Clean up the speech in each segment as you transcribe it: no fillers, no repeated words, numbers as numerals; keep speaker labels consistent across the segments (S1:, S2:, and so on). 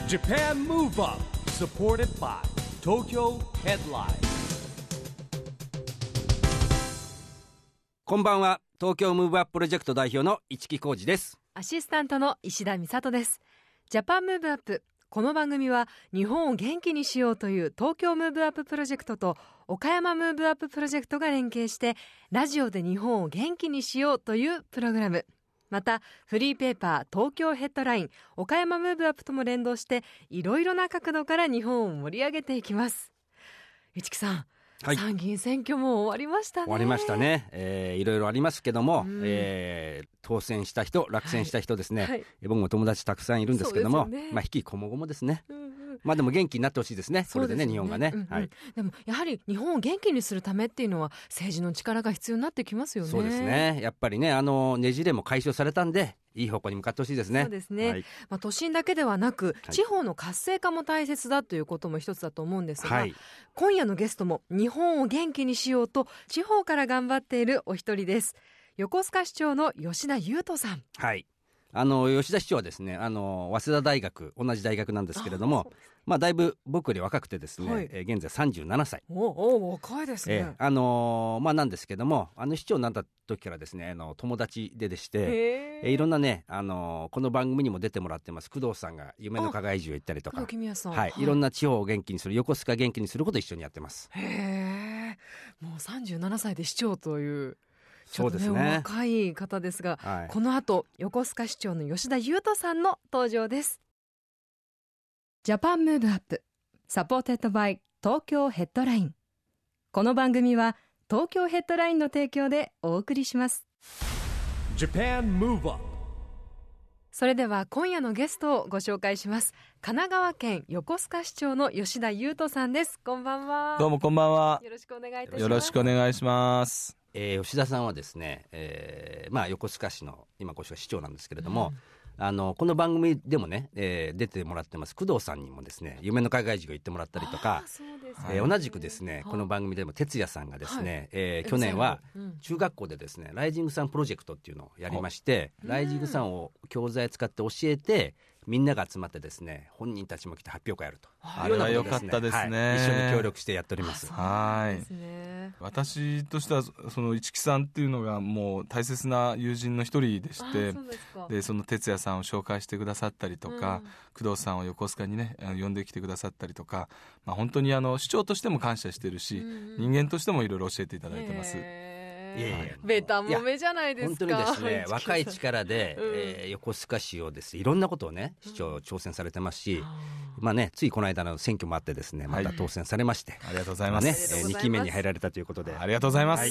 S1: Japan Move Up supported by Tokyo Headline。
S2: こんばんは。東京ムーブアッププロジェクト代表の市木浩司です。
S3: アシスタントの石田美里です。ジャパンムーブアップ、この番組は日本を元気にしようという東京ムーブアッププロジェクトと岡山ムーブアッププロジェクトが連携して、ラジオで日本を元気にしようというプログラム、またフリーペーパー東京ヘッドライン岡山ムーブアップとも連動して、いろいろな角度から日本を盛り上げていきます。市木さん、
S2: はい、
S3: 参議院選挙も終わりましたね。
S2: 終わりましたね。いろいろありますけども、当選した人、落選した人ですね、はい、僕も友達たくさんいるんですけども、引きこもごもですね、でも元気になってほしいですね。それでね、日本がね、
S3: でもやはり日本を元気にするためっていうのは政治の力が必要になってきますよね。
S2: そうですね。やっぱりね、ねじれも解消されたんで、いい方向に向かってほしいですね。
S3: そうですね、都心だけではなく、地方の活性化も大切だということも一つだと思うんですが、今夜のゲストも日本を元気にしようと地方から頑張っているお一人です。横須賀市長の吉田裕斗さん。
S2: はい、吉田市長はですね、早稲田大学、同じ大学なんですけれども、だいぶ僕より若くてですね、現在37歳。
S3: 若いですね。
S2: なんですけども、市長になった時からですね、友達でして、いろんなね、この番組にも出てもらってます工藤さんが夢の課外移住へ行ったりとか、いろんな地方を元気にする、横須賀元気にすることを一緒にやってます。
S3: もう37歳で市長というちょっとね、若い方ですが、この後横須賀市長の吉田裕斗さんの登場です。ジャパンムーブアップサポーテッドバイ東京ヘッドライン。この番組は東京ヘッドラインの提供でお送りします。
S1: Japan Move Up。
S3: それでは今夜のゲストをご紹介します。神奈川県横須賀市長の吉田裕斗さんです。こんばんは。
S4: どうもこんばんは。
S3: よろしくお願いいたします。
S4: よろしくお願いします。
S2: 吉田さんはですね、横須賀市の今こちら市長なんですけれども、この番組でもね、出てもらってます工藤さんにもですね、夢の海外授業行ってもらったりとか、同じくですね、この番組でも哲也さんがですね、去年は中学校でですね、ライジングサンプロジェクトっていうのをやりまして、ライジングサンを教材使って教えて、みんなが集まってですね、本人たちも来て発表会やると。
S4: あれは良かったですね。
S2: 一緒に協力してやっております。
S4: 私としてはその市木さんっていうのがもう大切な友人の一人でして、でその哲也さんを紹介してくださったりとか、工藤さんを横須賀にね呼んできてくださったりとか、本当に市長としても感謝してるし、人間としてもいろいろ教えていただいてます。
S3: ベタもめじゃないですか。
S2: 本当にですね、若い力で、横須賀市をですね、いろんなことをね、市長挑戦されてますし、ついこの間の選挙もあってですね、また当選されまして、
S4: ありがとうございます。
S2: 2期目に入られたということで、
S4: ありがとうございます。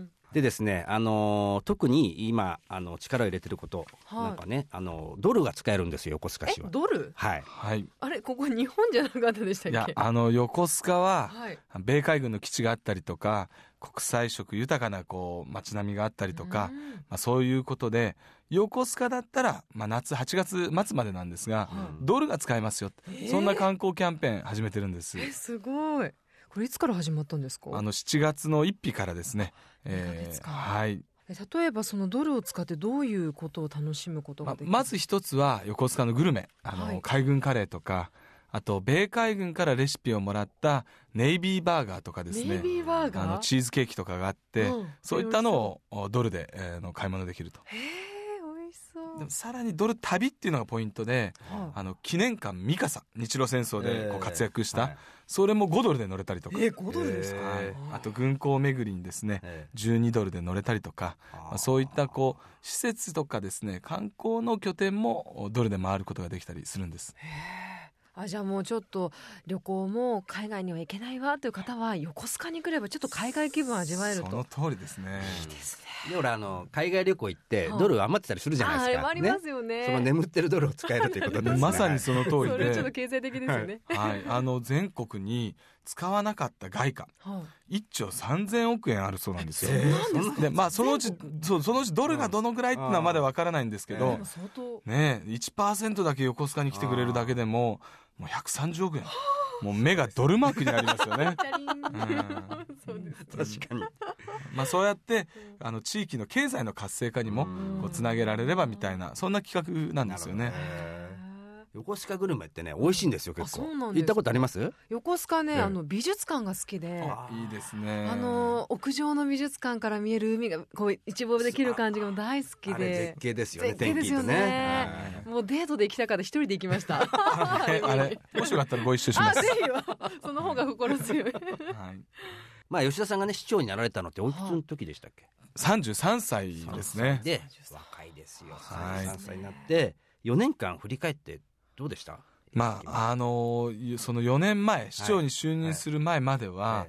S2: でですね、特に今力を入れてること、なんかね、ドルが使えるんですよ、横須賀市は。
S3: ドル？
S2: はい。
S3: あれ、ここ日本じゃなかったでしたっけ？
S4: いや、横須賀は、米海軍の基地があったりとか、国際色豊かな街並みがあったりとか、そういうことで横須賀だったら、夏8月末までなんですが、ドルが使えますよ、そんな観光キャンペーン始めてるんです。
S3: すごい。これいつから始まったんですか
S4: ？7月の1日からですね。
S3: 例えばそのドルを使ってどういうことを楽しむことができる？
S4: まず一つは横須賀のグルメ、海軍カレーとか、あと米海軍からレシピをもらったネイビーバーガーとかですね、
S3: ネイビーバーガー、
S4: チーズケーキとかがあって、そういったのをドルで買い物できると。
S3: 美味しそう。
S4: でもさらにドル旅っていうのがポイントで、記念館ミカサ、日露戦争で活躍した、それも5ドルで乗れたりとか、
S3: 5ドルですか？
S4: あと軍港巡りにですね、12ドルで乗れたりとか、そういった施設とかですね、観光の拠点もドルで回ることができたりするんです。
S3: じゃあもうちょっと旅行も海外には行けないわという方は横須賀に来ればちょっと海外気分を味わえると。
S4: その通りですね。
S3: いいですね。
S2: で俺海外旅行行ってドル余ってたりするじゃないですか。
S3: ありますよね。
S2: その眠ってるドルを使えるということですね。
S4: まさにその通りで、
S3: それちょっと経済的ですよね。
S4: 全国に使わなかった外貨、1兆3000億円あるそうなんですよ。そのうちドルがどのぐらいっていうのはまだわからないんですけど、1% だけ横須賀に来てくれるだけでもう130億円。もう目がドルマークになりますよね。
S2: 確かに。
S4: そうやって地域の経済の活性化にもつなげられればみたいな、そんな企画なんですよね。
S2: 横須賀グルメってね美味しいんですよ、結構。
S3: そうなんですか。
S2: 行ったことあります？
S3: 横須賀ね、美術館が好きで、
S4: いいですね。
S3: 屋上の美術館から見える海がこう一望できる感じが大好きで。
S2: あれ絶景ですよね。
S3: 絶景ですよね。もうデートで行きたかった、一人で行きました。
S4: あれもしよかったらご一緒します。
S3: ぜひよ。その方が心強い。
S2: まあ吉田さんがね市長になられたのっておいくつの時でしたっけ
S4: ？33歳ですね。
S2: で若いですよ。33歳になって4年間振り返ってどうでした？
S4: まあその4年前市長に就任する前までは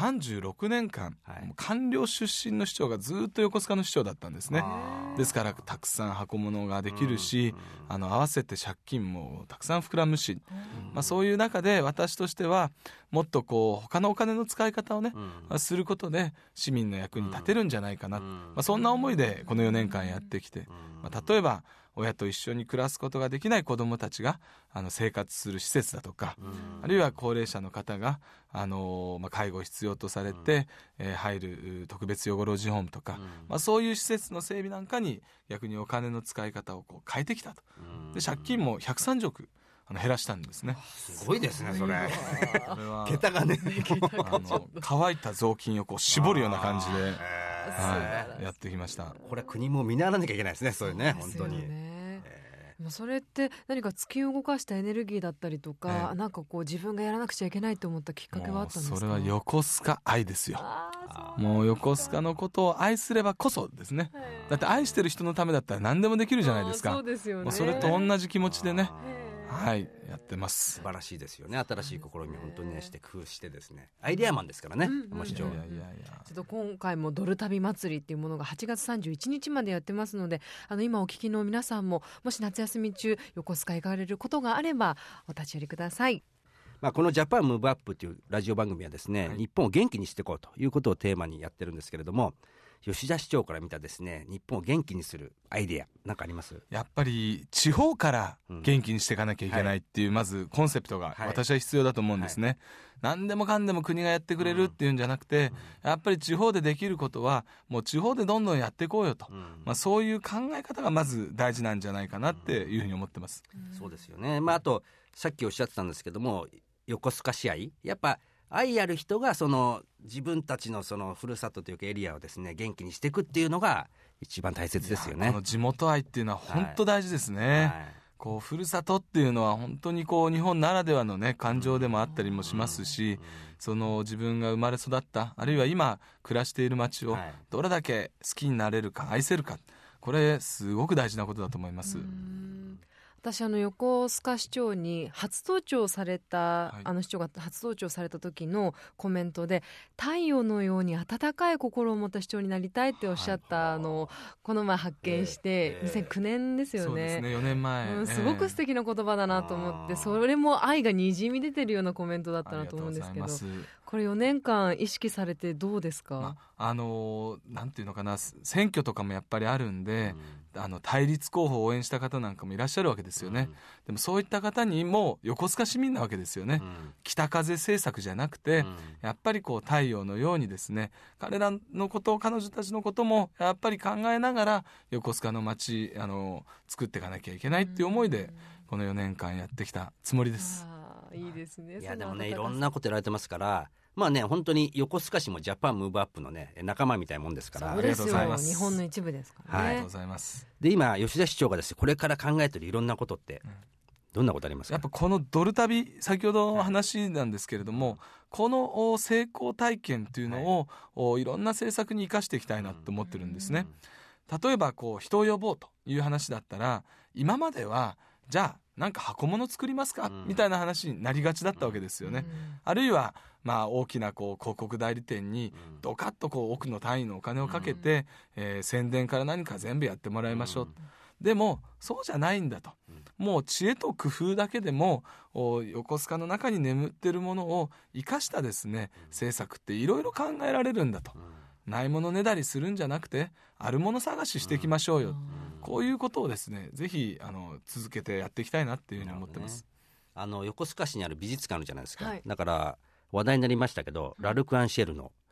S4: 36年間、官僚出身の市長がずっと横須賀の市長だったんですね。ですからたくさん箱物ができるし、合わせて借金もたくさん膨らむし、そういう中で私としてはもっと他のお金の使い方をね、することで市民の役に立てるんじゃないかな、そんな思いでこの4年間やってきて、例えば親と一緒に暮らすことができない子どもたちが生活する施設だとか、あるいは高齢者の方が介護を必要とされて、入る特別養護老人ホームとか、そういう施設の整備なんかに逆にお金の使い方を変えてきたと。で借金も130億減らしたんですね。
S2: すごいですねそれ。
S4: これは
S2: 桁がね
S4: 乾いた雑巾を絞るような感じでやってきました。
S2: これ国も見習わなきゃいけないですね、そういうね、本当に。
S3: それって何か突き動かしたエネルギーだったりとか、なんか自分がやらなくちゃいけないと思ったきっかけはあったんですか？
S4: それは横須賀愛ですよ。もう横須賀のことを愛すればこそですね。だって愛してる人のためだったら何でもできるじゃないですか。
S3: そうですよね。
S4: それと同じ気持ちでね、やってます。
S2: 素晴らしいですよね。新しい試み本当にねして工夫してですね、アイデアマンですからね、市長。
S3: ちょっと今回もドル旅祭りっていうものが8月31日までやってますので、今お聞きの皆さんももし夏休み中横須賀行かれることがあればお立ち寄りください。
S2: このジャパンムーブアップというラジオ番組はですね、日本を元気にしていこうということをテーマにやってるんですけれども、吉田市長から見たですね日本を元気にするアイデアなんかあります？
S4: やっぱり地方から元気にしていかなきゃいけないっていう、まずコンセプトが私は必要だと思うんですね。何でもかんでも国がやってくれるっていうんじゃなくて、やっぱり地方でできることはもう地方でどんどんやっていこうよと、そういう考え方がまず大事なんじゃないかなっていうふうに思ってます。
S2: そうですよね。あとさっきおっしゃってたんですけども、横須賀市愛、やっぱ愛ある人が自分たちのふるさとというかエリアをですね元気にしていくっていうのが一番大切ですよね。
S4: この地元愛っていうのは本当大事ですね。ふるさとっていうのは本当に日本ならではのね感情でもあったりもしますし、自分が生まれ育ったあるいは今暮らしている街をどれだけ好きになれるか愛せるか、これすごく大事なことだと思います。
S3: 私横須賀市長に初登庁された、市長が初登庁された時のコメントで、太陽のように温かい心を持った市長になりたいっておっしゃったのをこの前発見して、2009年ですよね。
S4: そうですね、4年前、
S3: すごく素敵な言葉だなと思って、それも愛がにじみ出てるようなコメントだったなと思うんですけど、これ4年間意識されてどうですか？
S4: なんていうのかな、選挙とかもやっぱりあるんで、対立候補を応援した方なんかもいらっしゃるわけですよね。でもそういった方にも横須賀市民なわけですよね。北風政策じゃなくて、やっぱり太陽のようにですね、彼らのことを彼女たちのこともやっぱり考えながら横須賀の街作っていかなきゃいけないっていう思いでこの4年間やってきたつもりです。
S3: いいですね。
S2: いやでもねいろんなことやられてますから、本当に横須賀市もジャパンムーブアップのね仲間みたいなもんですから。
S3: そうですよ、日本の一部ですからね。
S4: ありがとうございます。
S2: で今吉田市長がですねこれから考えているいろんなことってどんなことありますか？
S4: やっぱこのドル旅、先ほどの話なんですけれども、この成功体験というのをいろんな政策に生かしていきたいなと思ってるんですね。例えば人を呼ぼうという話だったら、今まではじゃあなんか箱物作りますか、みたいな話になりがちだったわけですよね。あるいは大きな広告代理店にドカッと億の単位のお金をかけて、宣伝から何か全部やってもらいましょう。でもそうじゃないんだと。もう知恵と工夫だけでも横須賀の中に眠っているものを生かしたですね政策っていろいろ考えられるんだと。ないものねだりするんじゃなくて、あるもの探ししていきましょうよ。こういうことをですねぜひ続けてやっていきたいなっていうふうに思ってます。
S2: 横須賀市にある美術館あるじゃないですか、だから話題になりましたけど、ラルク・アンシェルの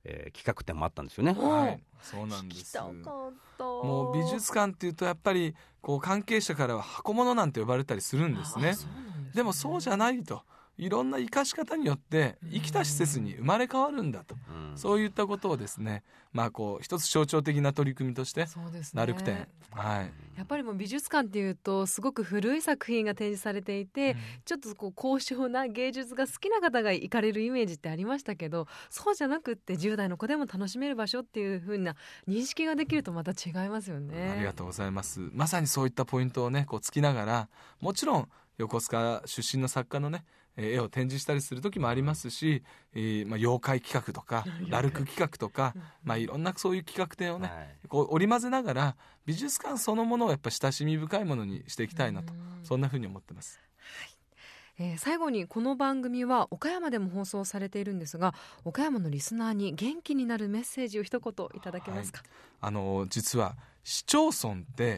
S2: 企画展もあったんですよね。
S4: はい、そうなんです。もう美術館っていうとやっぱりこう関係者からは箱物なんて呼ばれたりするんですね。でもそうじゃないと、いろんな生かし方によって生きた施設に生まれ変わるんだと、そういったことをですね、こう一つ象徴的な取り組みとしてナルク展、はい、
S3: やっぱりもう美術館っていうとすごく古い作品が展示されていて、ちょっとこう高尚な芸術が好きな方が行かれるイメージってありましたけど、そうじゃなくって10代の子でも楽しめる場所っていう風な認識ができるとまた違いますよね。
S4: ありがとうございます。まさにそういったポイントをねこう突きながら、もちろん横須賀出身の作家のね絵を展示したりする時もありますし、妖怪企画とかラルク企画とか、いろんなそういう企画展をね、こう織り交ぜながら美術館そのものをやっぱ親しみ深いものにしていきたいなと、そんなふうに思ってます。
S3: 最後にこの番組は岡山でも放送されているんですが、岡山のリスナーに元気になるメッセージを一言いただけますか。
S4: 実は市町村って、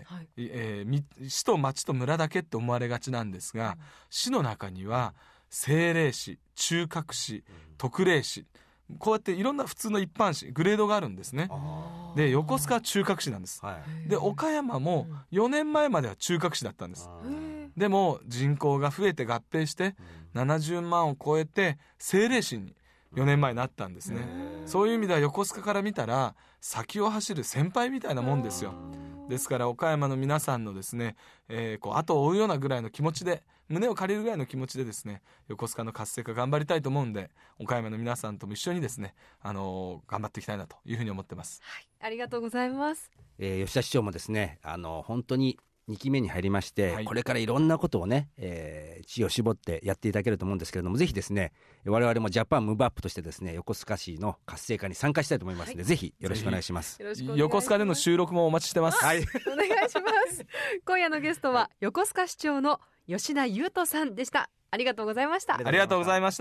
S4: 市と町と村だけって思われがちなんですが、市の中には政令市、中核市、特例市、こうやっていろんな普通の一般市グレードがあるんですね。で横須賀は中核市なんです、で岡山も4年前までは中核市だったんです。でも人口が増えて合併して70万を超えて政令市に4年前になったんですね。そういう意味では横須賀から見たら先を走る先輩みたいなもんですよ。ですから岡山の皆さんのですね、後を追うようなぐらいの気持ちで、胸を借りるぐらいの気持ちでですね、横須賀の活性化頑張りたいと思うんで、岡山の皆さんとも一緒にですね、頑張っていきたいなというふうに思ってます。
S3: ありがとうございます。
S2: 吉田市長もですね、本当に2期目に入りまして、これからいろんなことをね、知恵を絞ってやっていただけると思うんですけれども、ぜひですね我々もジャパンムーブアップとしてですね横須賀市の活性化に参加したいと思いますので、ぜひよろしくお願いします。
S4: 横須賀での収録もお待ちしてます。
S3: お願いします今夜のゲストは横須賀市長の吉田優斗さんでした。ありがとうございました。
S4: ありがとうございました。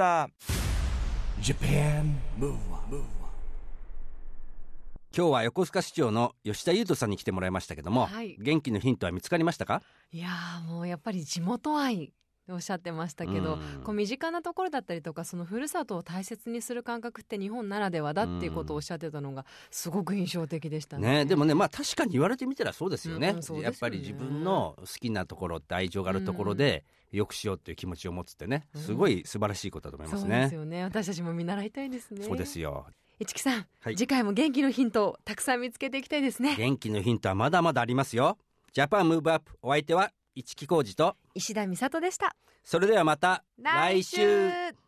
S2: 今日は横須賀市長の吉田優斗さんに来てもらいましたけども、元気のヒントは見つかりましたか？
S3: いやもうやっぱり地元愛おっしゃってましたけど、こう身近なところだったりとか、そのふるさとを大切にする感覚って日本ならではだっていうことをおっしゃってたのがすごく印象的でしたね。
S2: でもね、確かに言われてみたらそうですよね。やっぱり自分の好きなところって愛情があるところでよくしようっていう気持ちを持つってね、すごい素晴らしいことだと思いますね。
S3: そうですよね。私たちも見習いたいですね。
S2: そうですよ。
S3: 市木さん、次回も元気のヒントをたくさん見つけていきたいですね。
S2: 元気のヒントはまだまだありますよ。ジャパンムーブアップ、お相手は市木浩二と
S3: 石田美里でした。
S2: それではまた来週。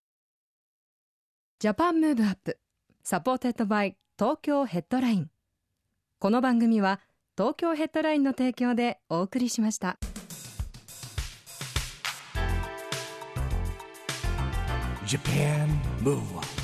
S3: ジャパンムーブアップサポーテッドバイ東京ヘッドライン。この番組は東京ヘッドラインの提供でお送りしました。
S1: Japan Move Up